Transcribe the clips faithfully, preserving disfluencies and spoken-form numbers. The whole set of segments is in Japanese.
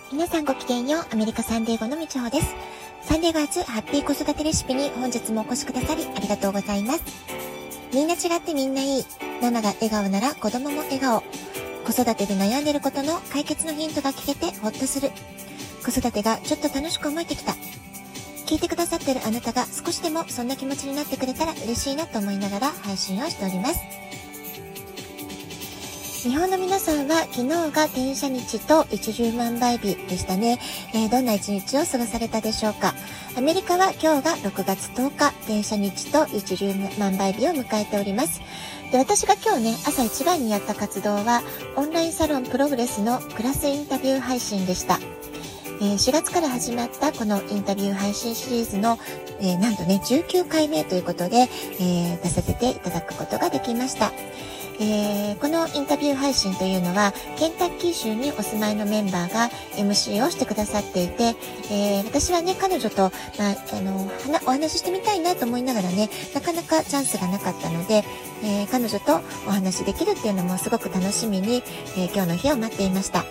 皆さんごきげんよう。アメリカサンディエゴのみちほです。サンディエゴ発ハッピー子育てレシピに本日もお越しくださりありがとうございます。みんな違ってみんないい。ママが笑顔なら子供も笑顔。子育てで悩んでることの解決のヒントが聞けてほっとする。子育てがちょっと楽しく思えてきた。聞いてくださってるあなたが少しでもそんな気持ちになってくれたら嬉しいなと思いながら配信をしております。日本の皆さんは昨日が転写日と一粒万倍日でしたね、えー、どんな一日を過ごされたでしょうか。アメリカは今日がろくがつとおか転写日と一粒万倍日を迎えております。で、私が今日ね朝一番にやった活動はオンラインサロンプログレスのクラスインタビュー配信でした。えー、しがつから始まったこのインタビュー配信シリーズの、えー、なんとねじゅうきゅうかいめということで、えー、出させていただくことができました。えー、このインタビュー配信というのはケンタッキー州にお住まいのメンバーが エムシー をしてくださっていて、えー、私はね彼女と、まあ、あのお話ししてみたいなと思いながらねなかなかチャンスがなかったので、えー、彼女とお話しできるっていうのもすごく楽しみに、えー、今日の日を待っていました。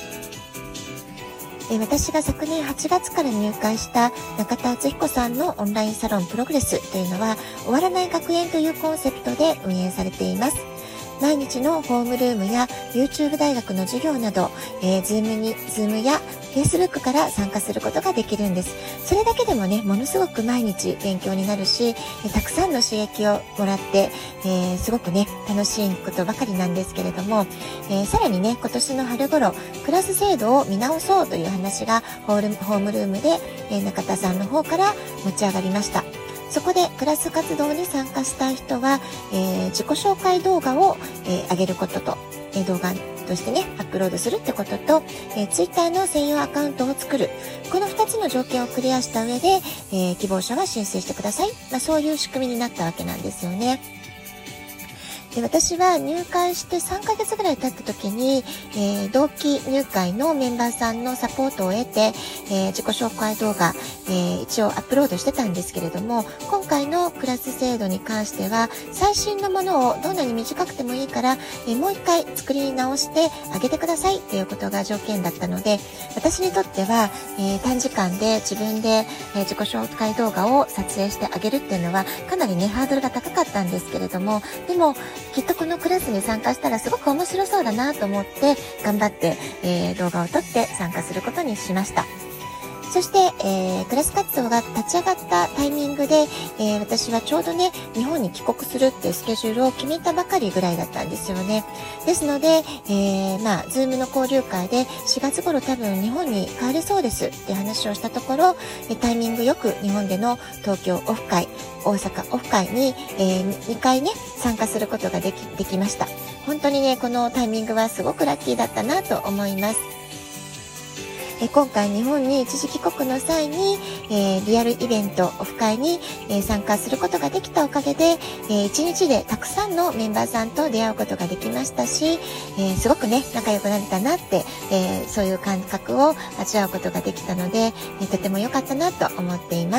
私が昨年はちがつから入会した中田敦彦さんのオンラインサロンプログレスというのは終わらない学園というコンセプトで運営されています。毎日のホームルームや YouTube 大学の授業など、えー、Zoom に Zoom や Facebook から参加することができるんです。それだけでもねものすごく毎日勉強になるし、えたくさんの刺激をもらって、えー、すごくね楽しいことばかりなんですけれども、えー、さらにね今年の春頃クラス制度を見直そうという話がホールホームルームで、えー、中田さんの方から持ち上がりました。そこでクラス活動に参加した人は、えー、自己紹介動画を、えー、上げることと、えー、動画としてねアップロードするってことと、えー、ツイッターの専用アカウントを作る、このふたつの条件をクリアした上で、えー、希望者は申請してください、まあ、そういう仕組みになったわけなんですよね。で、私は入会してさんかげつぐらい経った時に、えー、同期入会のメンバーさんのサポートを得て、えー、自己紹介動画、えー、一応アップロードしてたんですけれども、今回のクラス制度に関しては最新のものをどんなに短くてもいいから、えー、もう一回作り直してあげてくださいっていうことが条件だったので、私にとっては、えー、短時間で自分で、えー、自己紹介動画を撮影してあげるっていうのはかなりねハードルが高かったんですけれども、でもきっとこのクラスに参加したらすごく面白そうだなと思って頑張って、えー、動画を撮って参加することにしました。そして、えー、クラス活動が立ち上がったタイミングで、えー、私はちょうどね日本に帰国するっていうスケジュールを決めたばかりぐらいだったんですよね。ですので、えー、まあ Zoom の交流会でしがつ頃多分日本に帰れそうですって話をしたところ、タイミングよく日本での東京オフ会、大阪オフ会に、えー、にかいね参加することができ、できました。本当にねこのタイミングはすごくラッキーだったなと思います。え今回日本に一時帰国の際に、えー、リアルイベントオフ会に、えー、参加することができたおかげで、えー、一日でたくさんのメンバーさんと出会うことができましたし、えー、すごくね仲良くなれたなって、えー、そういう感覚を味わうことができたので、えー、とても良かったなと思っています。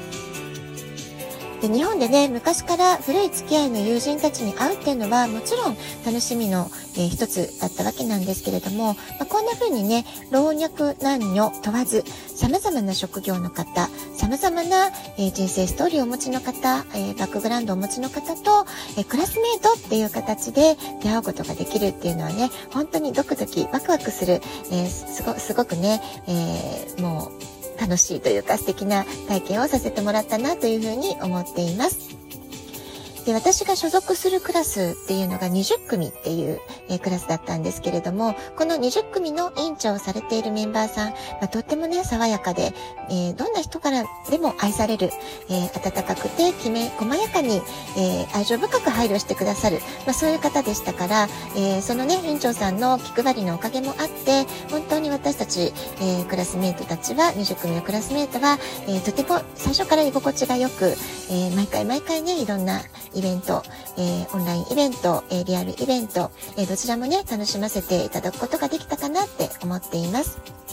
で、日本でね昔から古い付き合いの友人たちに会うっていうのはもちろん楽しみの、えー、一つだったわけなんですけれども、まあ、こんな風にね老若男女問わず様々な職業の方、様々な、えー、人生ストーリーをお持ちの方、えー、バックグラウンドをお持ちの方と、えー、クラスメートっていう形で出会うことができるっていうのはね本当にドキドキワクワクする、えー、すご、すごくね、えー、もう楽しいというか素敵な体験をさせてもらったなというふうに思っています。で、私が所属するクラスっていうのがにじゅっくみっていう、えー、クラスだったんですけれども、このにじゅっくみの委員長をされているメンバーさん、まあ、とってもね爽やかで、えー、どんな人からでも愛される、えー、温かくてきめ細やかに、えー、愛情深く配慮してくださる、まあ、そういう方でしたから、えー、そのね委員長さんの気配りのおかげもあって本当に私たち、えー、クラスメートたちはにじゅっくみのクラスメートは、えー、とても最初から居心地がよく、えー、毎回毎回ねいろんなイベント、えー、オンラインイベント、えー、リアルイベント、えー、どちらもね楽しませていただくことができたかなって思っています。で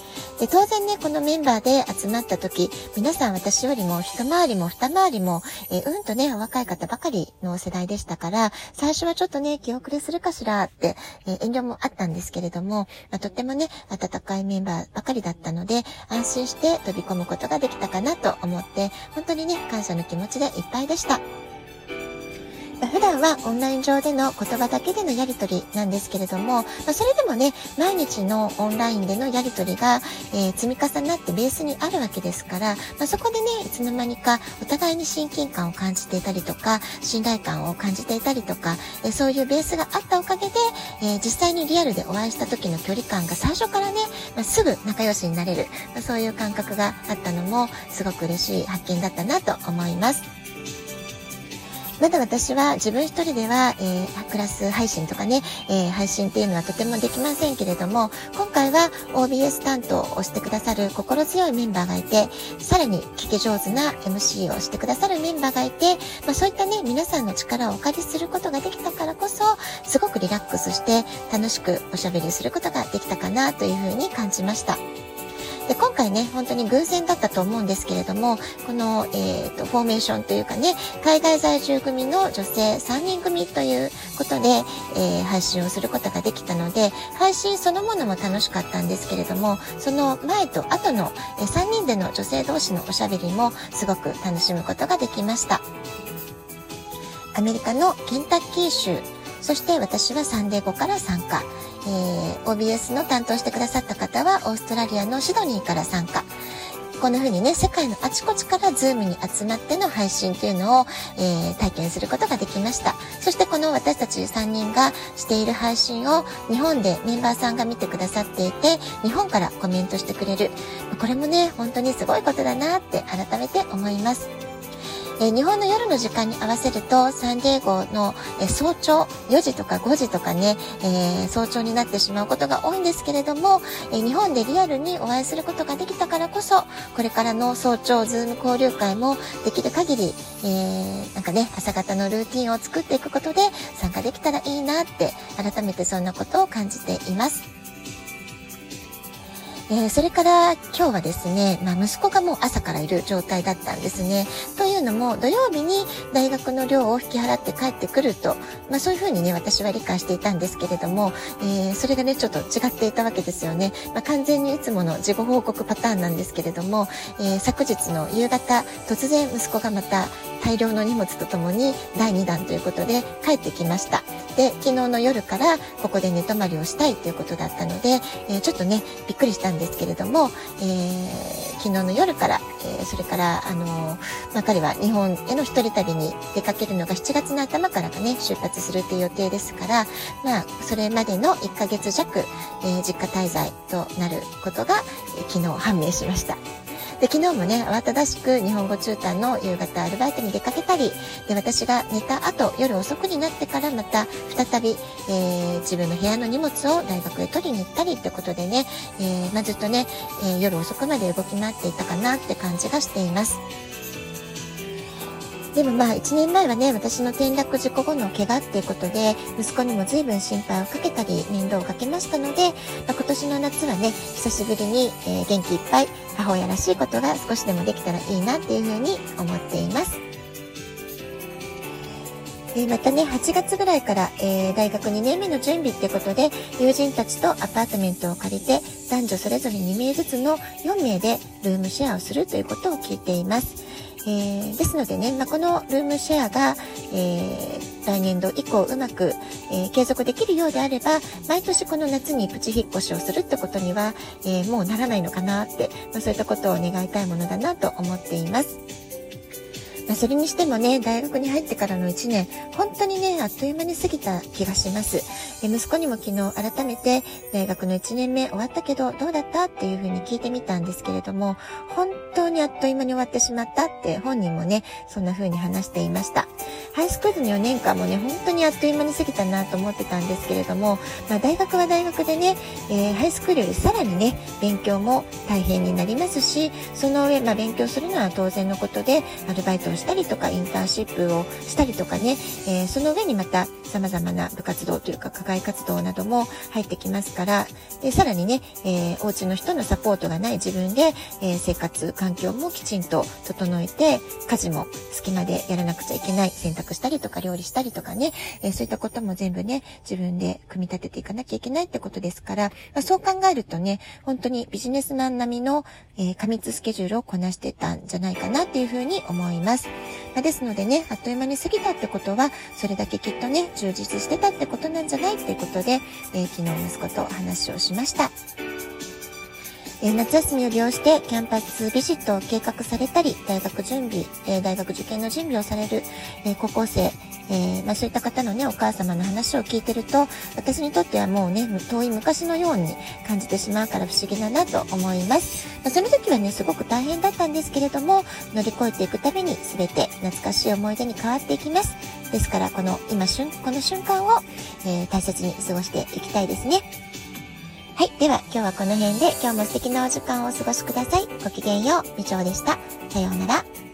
で、当然ね、このメンバーで集まった時、皆さん私よりも一回りも二回りも、えー、うんとね、お若い方ばかりの世代でしたから、最初はちょっとね、気遅れするかしらって、えー、遠慮もあったんですけれども、まあ、とってもね、温かいメンバーばかりだったので、安心して飛び込むことができたかなと思って、本当にね、感謝の気持ちでいっぱいでした。普段はオンライン上での言葉だけでのやり取りなんですけれども、まあ、それでもね、毎日のオンラインでのやり取りが、えー、積み重なってベースにあるわけですから、まあ、そこでね、いつの間にかお互いに親近感を感じていたりとか、信頼感を感じていたりとか、えー、そういうベースがあったおかげで、えー、実際にリアルでお会いした時の距離感が最初からね、まあ、すぐ仲良しになれる、まあ、そういう感覚があったのもすごく嬉しい発見だったなと思います。まだ私は自分一人では、えー、クラス配信とかね、えー、配信っていうのはとてもできませんけれども、今回は オービーエス 担当をしてくださる心強いメンバーがいて、さらに聞き上手な エムシー をしてくださるメンバーがいて、まあ、そういったね、皆さんの力をお借りすることができたからこそ、すごくリラックスして楽しくおしゃべりすることができたかなというふうに感じました。で、今回ね、本当に偶然だったと思うんですけれども、この、えーと、フォーメーションというかね、海外在住組の女性さんにん組ということで、えー、配信をすることができたので、配信そのものも楽しかったんですけれども、その前と後の、えー、さんにんでの女性同士のおしゃべりもすごく楽しむことができました。アメリカのケンタッキー州、そして私はサンデーゴから参加。えー、オービーエス の担当してくださった方はオーストラリアのシドニーから参加。こんな風にね、世界のあちこちからズームに集まっての配信というのを、えー、体験することができました。そしてこの私たちさんにんがしている配信を日本でメンバーさんが見てくださっていて、日本からコメントしてくれる。これもね、本当にすごいことだなって改めて思います。えー、日本の夜の時間に合わせるとサンディエゴの、えー、早朝よじとかごじとかね、えー、早朝になってしまうことが多いんですけれども、えー、日本でリアルにお会いすることができたからこそ、これからの早朝ズーム交流会もできる限り、えー、なんかね、朝方のルーティンを作っていくことで参加できたらいいなって改めてそんなことを感じています。えー、それから今日はですね、まあ、息子がもう朝からいる状態だったんですね。というのも土曜日に大学の寮を引き払って帰ってくると、まあ、そういうふうにね私は理解していたんですけれども、えー、それがねちょっと違っていたわけですよね。まあ、完全にいつもの事後報告パターンなんですけれども、えー、昨日の夕方突然息子がまた大量の荷物とともにだいにだんということで帰ってきました。で、昨日の夜からここで寝泊まりをしたいということだったので、えー、ちょっとねびっくりしたんですけれども、えー、昨日の夜から、えー、それからあのーまあ、彼は日本への一人旅に出かけるのがしちがつの頭からがね出発するという予定ですから、まあそれまでのいっかげつ弱、えー、実家滞在となることが、えー、昨日判明しました。で、昨日もね慌ただしく日本語中短の夕方アルバイトに出かけたりで、私が寝た後夜遅くになってからまた再び、えー、自分の部屋の荷物を大学へ取りに行ったりってことでね、えーまあ、ずっとね、えー、夜遅くまで動き回っていたかなって感じがしています。でもまあいちねんまえはね私の転落事故後の怪我っていうことで息子にも随分心配をかけたり面倒をかけましたので、まあ、今年の夏はね久しぶりに、えー、元気いっぱい母親らしいことが少しでもできたらいいなっていうふうに思っています。えー、またねはちがつぐらいから、えー、大学にねんめの準備ってことで友人たちとアパートメントを借りて男女それぞれにめいずつのよんめいでルームシェアをするということを聞いています。えー、ですのでね、まあ、このルームシェアが、えー、来年度以降うまく、えー、継続できるようであれば毎年この夏にプチ引っ越しをするってことには、えー、もうならないのかなって、まあ、そういったことを願いたいものだなと思っています。まあ、それにしてもね大学に入ってからのいちねん本当にねあっという間に過ぎた気がします。え息子にも昨日改めて大学のいちねんめ終わったけどどうだったっていうふうに聞いてみたんですけれども、本当にあっという間に終わってしまったって本人もねそんな風に話していました。 ハイスクールのよねんかんもね、本当にあっという間に過ぎたなと思ってたんですけれども、まあ、大学は大学でね、えー、ハイスクールよりさらにね、勉強も大変になりますし、その上、まあ、勉強するのは当然のことで、アルバイトをしたりとか、インターンシップをしたりとかね、えー、その上にまた様々な部活動というか、課外活動なども入ってきますから、でさらにね、えー、お家の人のサポートがない自分で、えー、生活環境もきちんと整えて、家事も隙間でやらなくちゃいけない、洗濯したりとか料理したりとかね、えー、そういったことも全部ね、自分で組み立てていかなきゃいけないってことですから、まあ、そう考えるとね、本当にビジネスマン並みの、えー、過密スケジュールをこなしてたんじゃないかなっていうふうに思います。まあ、ですのでね、あっという間に過ぎたってことは、それだけきっとね、充実してたってことなんじゃないっていうことで、えー、昨日息子と話をしました。えー、夏休みを利用してキャンパスビジットを計画されたり、大学準備、えー、大学受験の準備をされる、えー、高校生、えーまあ、そういった方のね、お母様の話を聞いてると、私にとってはもうね、遠い昔のように感じてしまうから不思議だなと思います。まあ、その時はね、すごく大変だったんですけれども、乗り越えていくたびに全て懐かしい思い出に変わっていきます。ですから、この今瞬、この瞬間を、えー、大切に過ごしていきたいですね。はい。では、今日はこの辺で、今日も素敵なお時間をお過ごしください。ごきげんよう。みちょうでした。さようなら。